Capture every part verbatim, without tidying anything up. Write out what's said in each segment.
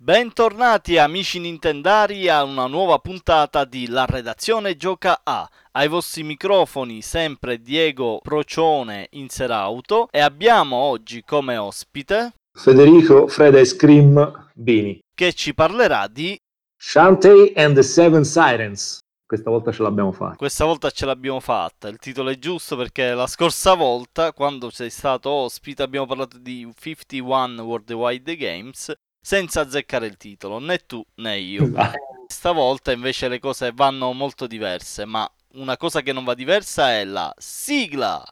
Bentornati amici nintendari a una nuova puntata di La Redazione Gioca A. Ai vostri microfoni sempre Diego Procione in Serauto e abbiamo oggi come ospite Federico Fred Ice Cream Bini, che ci parlerà di Shantae and the Seven Sirens. Questa volta ce l'abbiamo fatta. Questa volta ce l'abbiamo fatta, il titolo è giusto perché la scorsa volta, quando sei stato ospite, abbiamo parlato di cinquantuno Worldwide Games senza azzeccare il titolo, né tu né io. Stavolta invece le cose vanno molto diverse, ma una cosa che non va diversa è la sigla!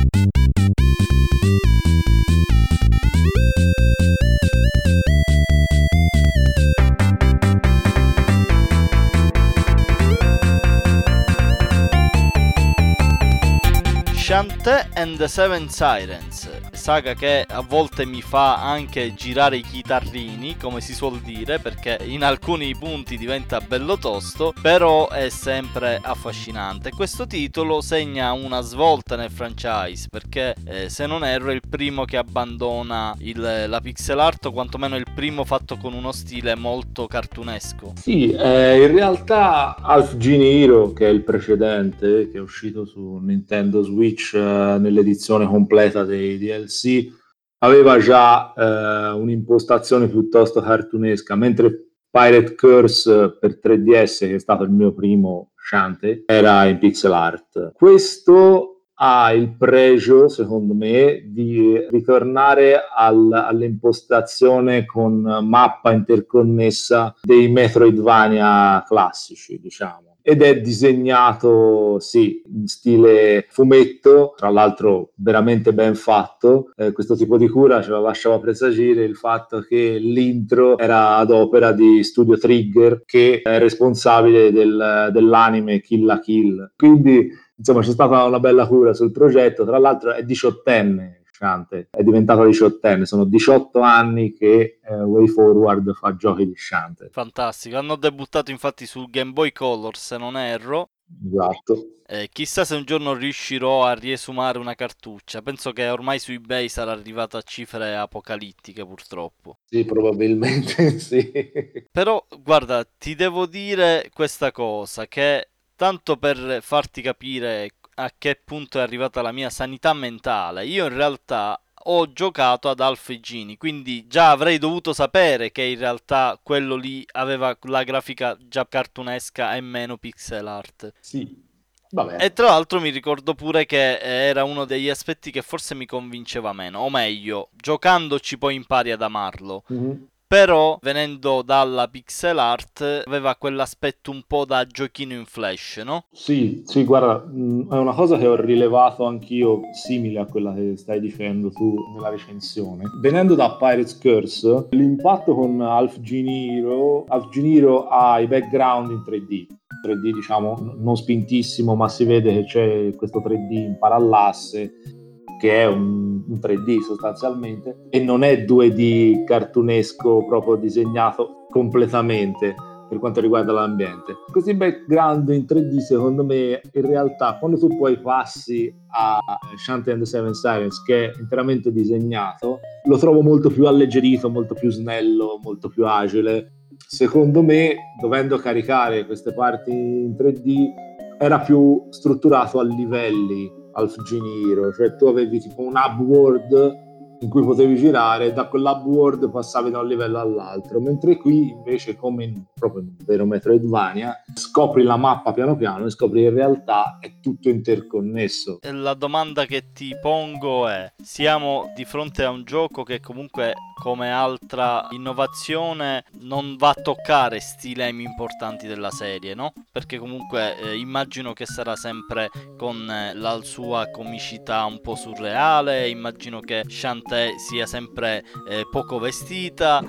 Shantae and the Seven Sirens, saga che a volte mi fa anche girare i chitarrini, come si suol dire, perché in alcuni punti diventa bello tosto, però è sempre affascinante. Questo titolo segna una svolta nel franchise, perché eh, se non erro è il primo che abbandona il, la pixel art, o quantomeno il primo fatto con uno stile molto cartunesco. Sì, eh, in realtà Half Genie Hero, che è il precedente, che è uscito su Nintendo Switch eh, nell'edizione completa dei D L C, aveva già eh, un'impostazione piuttosto cartunesca, mentre Pirate Curse per tre D S, che è stato il mio primo Shantae, era in pixel art. Questo ha il pregio, secondo me, di ritornare al, all'impostazione con mappa interconnessa dei Metroidvania classici, diciamo. Ed è disegnato, sì, in stile fumetto, tra l'altro veramente ben fatto. Eh, questo tipo di cura ce la lasciava presagire il fatto che l'intro era ad opera di Studio Trigger, che è responsabile del, dell'anime Kill la Kill. Quindi, insomma, c'è stata una bella cura sul progetto. Tra l'altro è diciottenne Shantae, è diventato diciottenne, sono diciotto anni che eh, WayForward fa giochi di Shantae. Fantastico, hanno debuttato infatti sul Game Boy Color, se non erro. Esatto. Eh, chissà se un giorno riuscirò a riesumare una cartuccia. Penso che ormai su eBay sarà arrivata a cifre apocalittiche, purtroppo. Sì, probabilmente sì. Però, guarda, ti devo dire questa cosa, che tanto per farti capire a che punto è arrivata la mia sanità mentale, io in realtà ho giocato ad Half Genie, quindi già avrei dovuto sapere che in realtà quello lì aveva la grafica già cartunesca e meno pixel art. Sì, vabbè. E tra l'altro mi ricordo pure che era uno degli aspetti che forse mi convinceva meno, o meglio, giocandoci poi impari ad amarlo. Mm-hmm. Però, venendo dalla pixel art, aveva quell'aspetto un po' da giochino in flash, no? Sì, sì, guarda, mh, è una cosa che ho rilevato anch'io, simile a quella che stai dicendo tu nella recensione. Venendo da Pirate's Curse, l'impatto con Half Genie Hero, Half Genie Hero ha i background in tre D. tre D, diciamo, n- non spintissimo, ma si vede che c'è questo tre D in parallasse, che è un, un tre D sostanzialmente, e non è due D cartunesco proprio disegnato completamente per quanto riguarda l'ambiente. Questi background in tre D, secondo me, in realtà, quando tu poi passi a Shantae and the Seven Sirens, che è interamente disegnato, lo trovo molto più alleggerito, molto più snello, molto più agile. Secondo me, dovendo caricare queste parti in tre D, era più strutturato a livelli Half Genie Hero, cioè tu avevi tipo un hub world in cui potevi girare e da quell'hub world passavi da un livello all'altro, mentre qui invece, come in, proprio in un vero Metroidvania, scopri la mappa piano piano e scopri che in realtà è tutto interconnesso. La domanda che ti pongo è: siamo di fronte a un gioco che comunque, come altra innovazione, non va a toccare stilemi importanti della serie, no? Perché comunque eh, immagino che sarà sempre con eh, la sua comicità un po' surreale, immagino che Shantae sia sempre eh, poco vestita.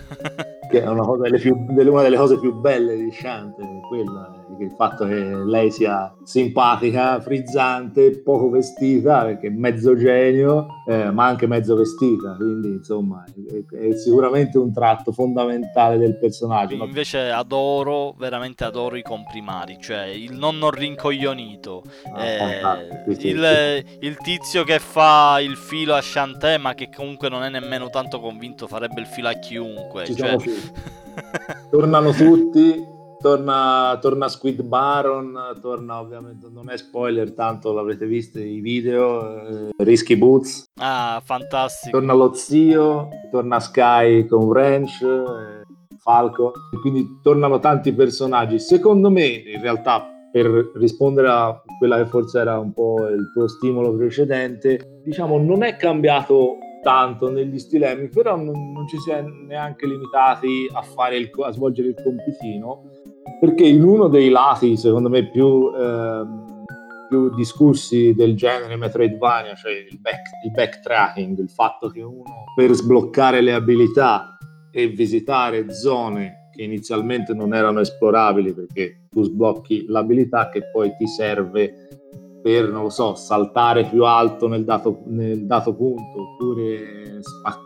Che è una, cosa delle più, delle, una delle cose più belle di Shantae, quella, che il fatto che lei sia simpatica, frizzante, poco vestita, perché è mezzo genio, eh, ma anche mezzo vestita, quindi insomma è, è sicuramente un tratto fondamentale del personaggio. Invece adoro, veramente adoro i comprimari, cioè il nonno rincoglionito, Ah, eh, fantastico, sì, il, il tizio che fa il filo a Shantae ma che comunque non è nemmeno tanto convinto, farebbe il filo a chiunque, ci cioè sono, tornano tutti, torna, torna Squid Baron, torna ovviamente, non è spoiler, tanto l'avrete visto i video, eh, Risky Boots, Ah, fantastico. torna lo zio, torna Sky con Wrench, eh, Falco, e quindi tornano tanti personaggi. Secondo me, in realtà, per rispondere a quella che forse era un po' il tuo stimolo precedente, diciamo, non è cambiato tanto negli stilemi, però non, non ci si è neanche limitati a, fare il, a svolgere il compitino, perché in uno dei lati, secondo me, più, ehm, più discussi del genere Metroidvania, cioè il, back, il backtracking, il fatto che uno per sbloccare le abilità e visitare zone che inizialmente non erano esplorabili, perché tu sblocchi l'abilità che poi ti serve per, non lo so, saltare più alto nel dato, nel dato punto, oppure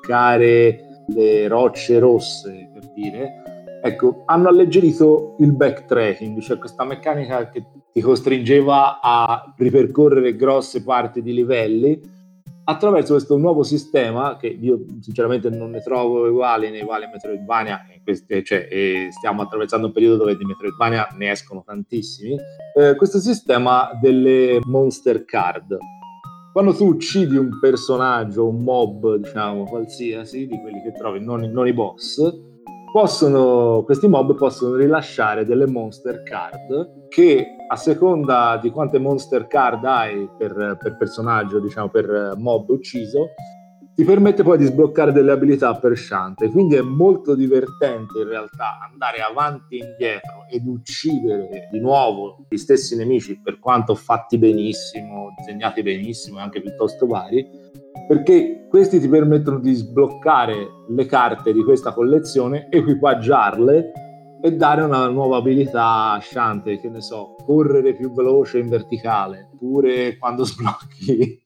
spaccare le rocce rosse, per dire. Ecco, hanno alleggerito il backtracking, cioè questa meccanica che ti costringeva a ripercorrere grosse parti di livelli attraverso questo nuovo sistema, che io sinceramente non ne trovo uguali nei vari Metroidvania, in queste, cioè, e stiamo attraversando un periodo dove di Metroidvania ne escono tantissimi, eh, questo sistema delle monster card. Quando tu uccidi un personaggio, un mob, diciamo, qualsiasi, di quelli che trovi, non, non i boss, possono, questi mob possono rilasciare delle monster card che, a seconda di quante monster card hai per, per personaggio, diciamo per mob ucciso, ti permette poi di sbloccare delle abilità per Shantae. Quindi è molto divertente in realtà andare avanti e indietro ed uccidere di nuovo gli stessi nemici, per quanto fatti benissimo, disegnati benissimo e anche piuttosto vari, perché questi ti permettono di sbloccare le carte di questa collezione, equipaggiarle e dare una nuova abilità a Shantae, che ne so, correre più veloce in verticale, oppure quando sblocchi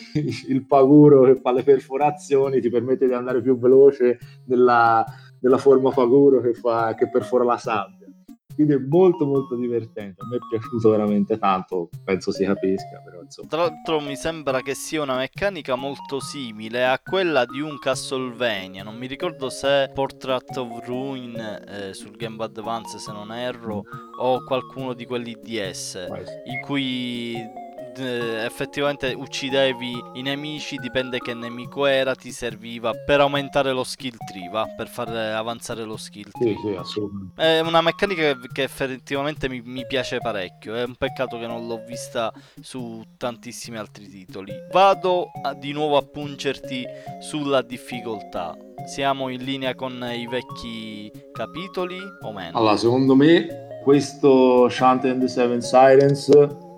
il paguro che fa le perforazioni ti permette di andare più veloce nella, nella forma paguro che, fa, che perfora la sabbia. Quindi è molto molto divertente, a me è piaciuto veramente tanto, penso si capisca, però insomma. Tra l'altro mi sembra che sia una meccanica molto simile a quella di un Castlevania, non mi ricordo se Portrait of Ruin eh, sul Game Boy Advance, se non erro, o qualcuno di quelli D S, in cui effettivamente uccidevi i nemici, dipende che nemico era, ti serviva per aumentare lo skill tree, va? Per far avanzare lo skill tree. Sì, sì, assolutamente. È una meccanica che, che effettivamente mi, mi piace parecchio. È un peccato che non l'ho vista su tantissimi altri titoli. Vado a, di nuovo a pungerti sulla difficoltà. Siamo in linea con i vecchi capitoli o meno? Allora, secondo me questo Shantae and the Seven Sirens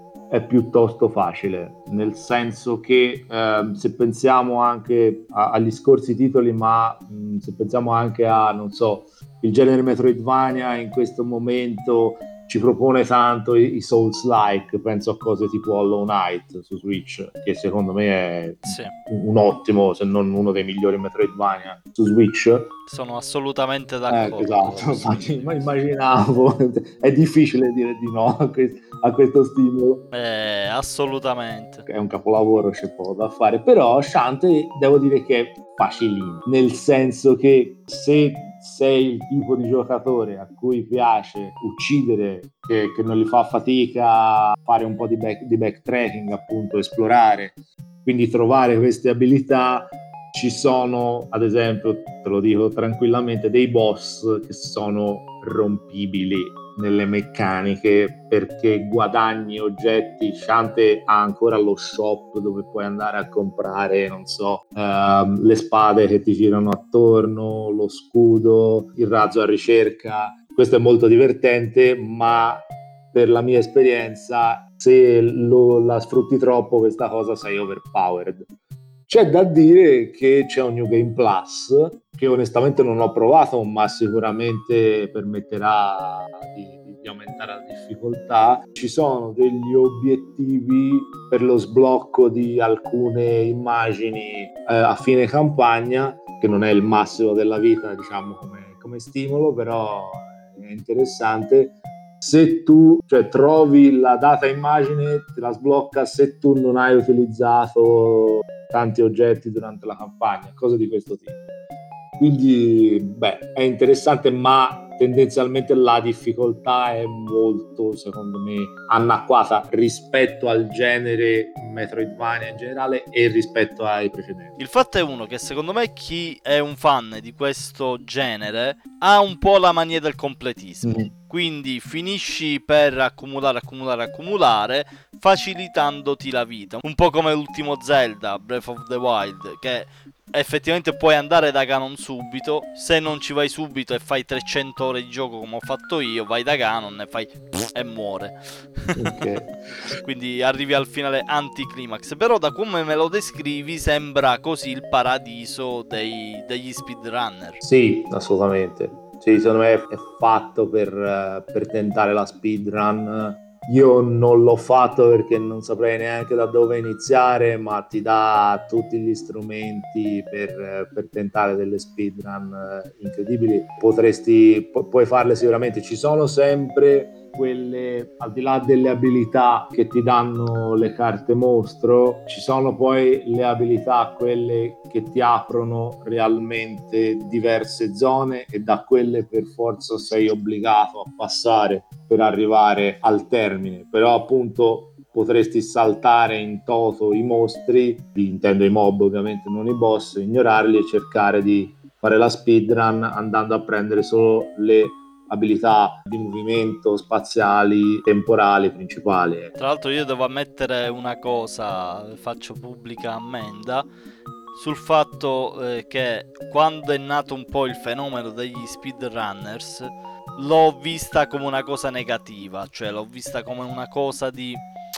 è piuttosto facile, nel senso che eh, se pensiamo anche a, agli scorsi titoli, ma mh, se pensiamo anche a, non so, il genere Metroidvania in questo momento ci propone tanto i, i Souls-like, penso a cose tipo Hollow Knight su Switch, che secondo me è Sì. un ottimo, se non uno dei migliori Metroidvania su Switch. Sono assolutamente d'accordo. Eh, esatto, infatti, ma immaginavo, è difficile dire di no a, que- a questo stimolo. Eh, assolutamente. È un capolavoro, c'è poco da fare, però Shantae devo dire che è facilino, nel senso che se sei il tipo di giocatore a cui piace uccidere, che, che non gli fa fatica fare un po' di, back, di backtracking, appunto, esplorare, quindi trovare queste abilità, ci sono, ad esempio, te lo dico tranquillamente, dei boss che sono rompibili nelle meccaniche, perché guadagni oggetti. Shantae ha ancora lo shop dove puoi andare a comprare, non so, ehm, le spade che ti girano attorno, lo scudo, il razzo a ricerca. Questo è molto divertente, ma per la mia esperienza, se lo, la sfrutti troppo questa cosa, sei overpowered. C'è da dire che c'è un New Game Plus che onestamente non ho provato, ma sicuramente permetterà di, di aumentare la difficoltà. Ci sono degli obiettivi per lo sblocco di alcune immagini eh, a fine campagna, che non è il massimo della vita, diciamo, come, come stimolo, però è interessante. Se tu, cioè, trovi la data immagine, te la sblocca se tu non hai utilizzato tanti oggetti durante la campagna, cose di questo tipo. Quindi, beh, è interessante, ma tendenzialmente la difficoltà è molto, secondo me, anacquata rispetto al genere Metroidvania in generale e rispetto ai precedenti. Il fatto è uno che secondo me chi è un fan di questo genere ha un po' la mania del completismo. Mm-hmm. Quindi finisci per accumulare, accumulare, accumulare, facilitandoti la vita. Un po' come l'ultimo Zelda, Breath of the Wild, che effettivamente puoi andare da Ganon subito. Se non ci vai subito e fai trecento ore di gioco come ho fatto io, vai da Ganon e fai e muore. Okay. Quindi arrivi al finale anticlimax. Però da come me lo descrivi sembra così il paradiso dei, degli speedrunner. Sì, assolutamente. Sì, secondo me è fatto per, per tentare la speedrun. Io non l'ho fatto perché non saprei neanche da dove iniziare, ma ti dà tutti gli strumenti per, per tentare delle speedrun incredibili. Potresti, pu- puoi farle sicuramente. Ci sono sempre quelle, al di là delle abilità che ti danno le carte mostro, ci sono poi le abilità, quelle che ti aprono realmente diverse zone, e da quelle per forza sei obbligato a passare per arrivare al termine. Però appunto potresti saltare in toto i mostri, intendo i mob ovviamente, non i boss, ignorarli e cercare di fare la speedrun andando a prendere solo le abilità di movimento, spaziali, temporali, principali. Tra l'altro io devo ammettere una cosa, faccio pubblica ammenda sul fatto eh, che quando è nato un po' il fenomeno degli speedrunners l'ho vista come una cosa negativa, cioè l'ho vista come una cosa di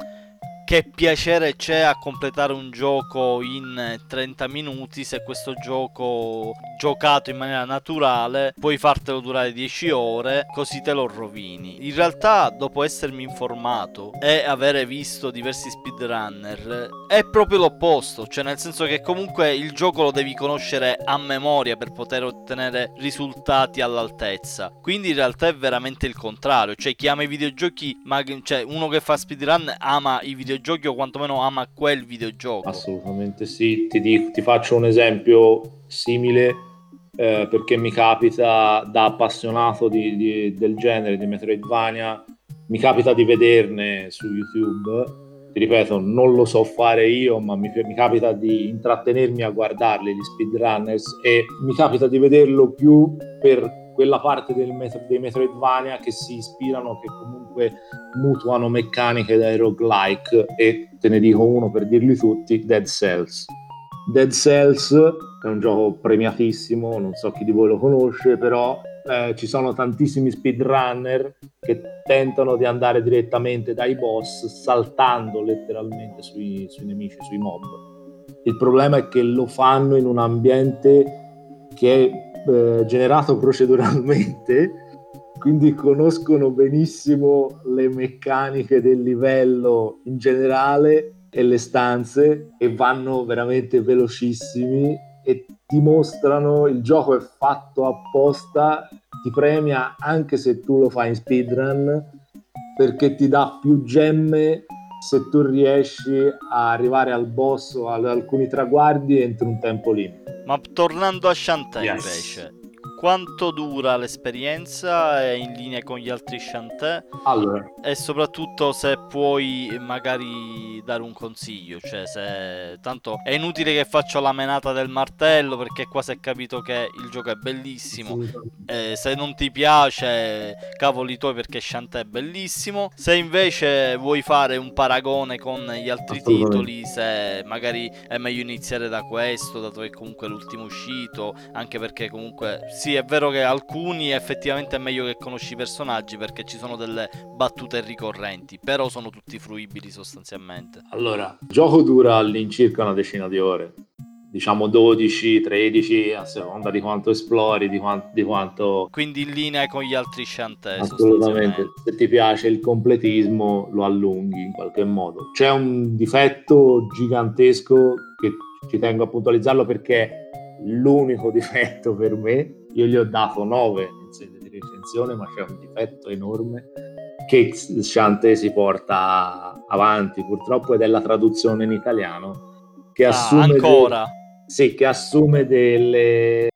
che piacere c'è a completare un gioco in trenta minuti se questo gioco giocato in maniera naturale puoi fartelo durare dieci ore, così te lo rovini. In realtà, dopo essermi informato e avere visto diversi speedrunner, è proprio l'opposto, cioè nel senso che comunque il gioco lo devi conoscere a memoria per poter ottenere risultati all'altezza. Quindi in realtà è veramente il contrario, cioè chi ama i videogiochi, ma cioè uno che fa speedrun ama i videogiochi o quantomeno ama quel videogioco. Assolutamente sì, ti, dico, ti faccio un esempio simile eh, perché mi capita, da appassionato di, di, del genere di Metroidvania, mi capita di vederne su YouTube. Ti ripeto, non lo so fare io, ma mi, mi capita di intrattenermi a guardarli, gli speedrunners, e mi capita di vederlo più per quella parte del metro, dei Metroidvania che si ispirano, che comunque mutuano meccaniche dai roguelike, e te ne dico uno per dirli tutti: Dead Cells. Dead Cells è un gioco premiatissimo, non so chi di voi lo conosce, però eh, ci sono tantissimi speedrunner che tentano di andare direttamente dai boss saltando letteralmente sui, sui nemici, sui mob. Il problema è che lo fanno in un ambiente che è eh, generato proceduralmente, quindi conoscono benissimo le meccaniche del livello in generale e le stanze, e vanno veramente velocissimi e ti mostrano il gioco è fatto apposta, ti premia anche se tu lo fai in speedrun, perché ti dà più gemme se tu riesci a arrivare al boss o ad alcuni traguardi entro un tempo limite. Ma tornando a Shantae Yes. invece, quanto dura l'esperienza? È in linea con gli altri Shantae? Allora, e soprattutto se puoi magari dare un consiglio, cioè se tanto è inutile che faccio la menata del martello perché qua si è capito che il gioco è bellissimo. Eh, se non ti piace, cavoli tuoi, perché Shantae è bellissimo. Se invece vuoi fare un paragone con gli altri titoli, se magari è meglio iniziare da questo, dato che comunque è l'ultimo uscito, anche perché comunque sì, è vero che alcuni effettivamente è meglio che conosci i personaggi perché ci sono delle battute ricorrenti, però sono tutti fruibili sostanzialmente. Allora, il gioco dura all'incirca una decina di ore, diciamo dodici tredici, a seconda di quanto esplori, di, quant- di quanto... Quindi in linea con gli altri Shantae. Assolutamente, se ti piace il completismo lo allunghi in qualche modo. C'è un difetto gigantesco che ci tengo a puntualizzarlo perché è l'unico difetto per me. Io gli ho dato nove in sede di recensione, ma c'è un difetto enorme che Shantae si porta avanti purtroppo, ed è la traduzione in italiano che ah, assume ancora de- sì, che assume delle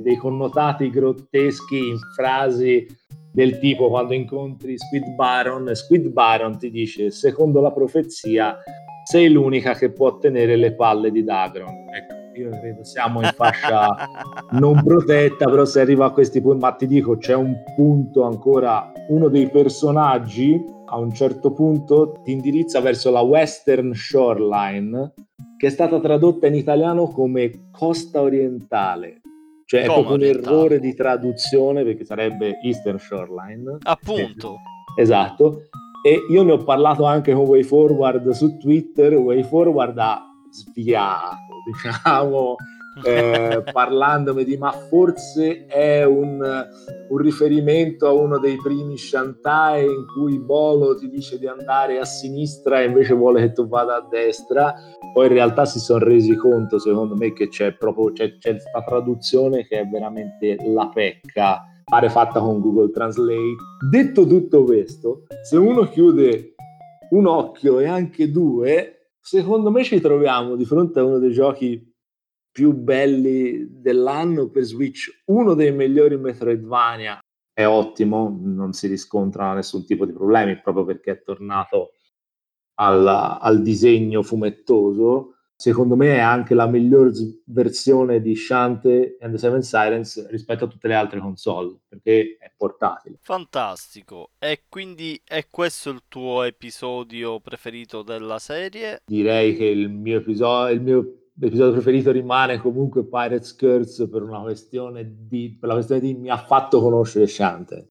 dei connotati grotteschi in frasi del tipo quando incontri Squid Baron, Squid Baron ti dice secondo la profezia sei l'unica che può ottenere le palle di Dagron. Ecco, io credo siamo in fascia non protetta, però se arriva a questi punti, ma ti dico c'è un punto ancora, uno dei personaggi a un certo punto ti indirizza verso la Western Shoreline, che è stata tradotta in italiano come costa orientale, cioè è Come proprio un orientale? errore di traduzione perché sarebbe Eastern Shoreline. Appunto. Esatto. E io ne ho parlato anche con WayForward su Twitter. WayForward ha sviato, diciamo, eh, parlandomi di ma forse è un, un riferimento a uno dei primi Shantae in cui Bolo ti dice di andare a sinistra e invece vuole che tu vada a destra. Poi in realtà si sono resi conto, secondo me, che c'è proprio c'è, c'è questa traduzione che è veramente la pecca, pare fatta con Google Translate. Detto tutto questo, se uno chiude un occhio e anche due, secondo me ci troviamo di fronte a uno dei giochi più belli dell'anno per Switch, uno dei migliori Metroidvania. È ottimo, non si riscontra nessun tipo di problemi proprio perché è tornato al, al disegno fumettoso. Secondo me è anche la miglior versione di Shantae and the Seven Sirens rispetto a tutte le altre console, perché è portatile. Fantastico. E quindi è questo il tuo episodio preferito della serie? Direi che il mio episodio, il mio episodio preferito rimane comunque Pirate's Curse per una questione di, per la questione di mi ha fatto conoscere Shantae.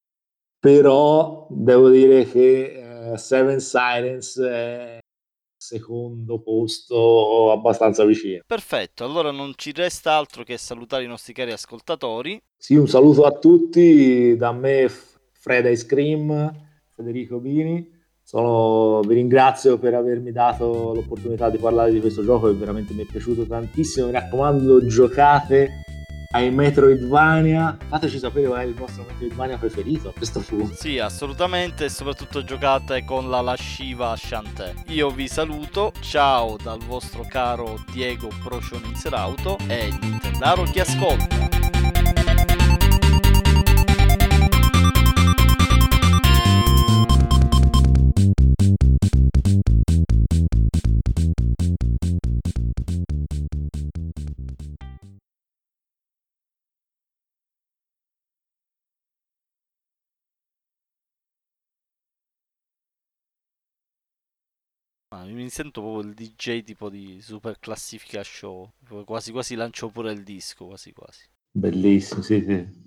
Però devo dire che eh, Seven Sirens è secondo posto abbastanza vicino. Perfetto, allora non ci resta altro che salutare i nostri cari ascoltatori. Sì, un saluto a tutti da me, Fred Ice Cream, Federico Bini. Sono, vi ringrazio per avermi dato l'opportunità di parlare di questo gioco che veramente mi è piaciuto tantissimo. Mi raccomando, giocate ai Metroidvania. Fateci sapere qual è il vostro Metroidvania preferito a questo punto. Sì, assolutamente, e soprattutto giocate con la lasciva Shantae. Io vi saluto, ciao dal vostro caro Diego Procion Inserauto e Nintendaro chi ascolta. Ah, mi sento proprio il D J tipo di Super Classifica Show, quasi quasi lancio pure il disco, quasi quasi. Bellissimo, sì, sì.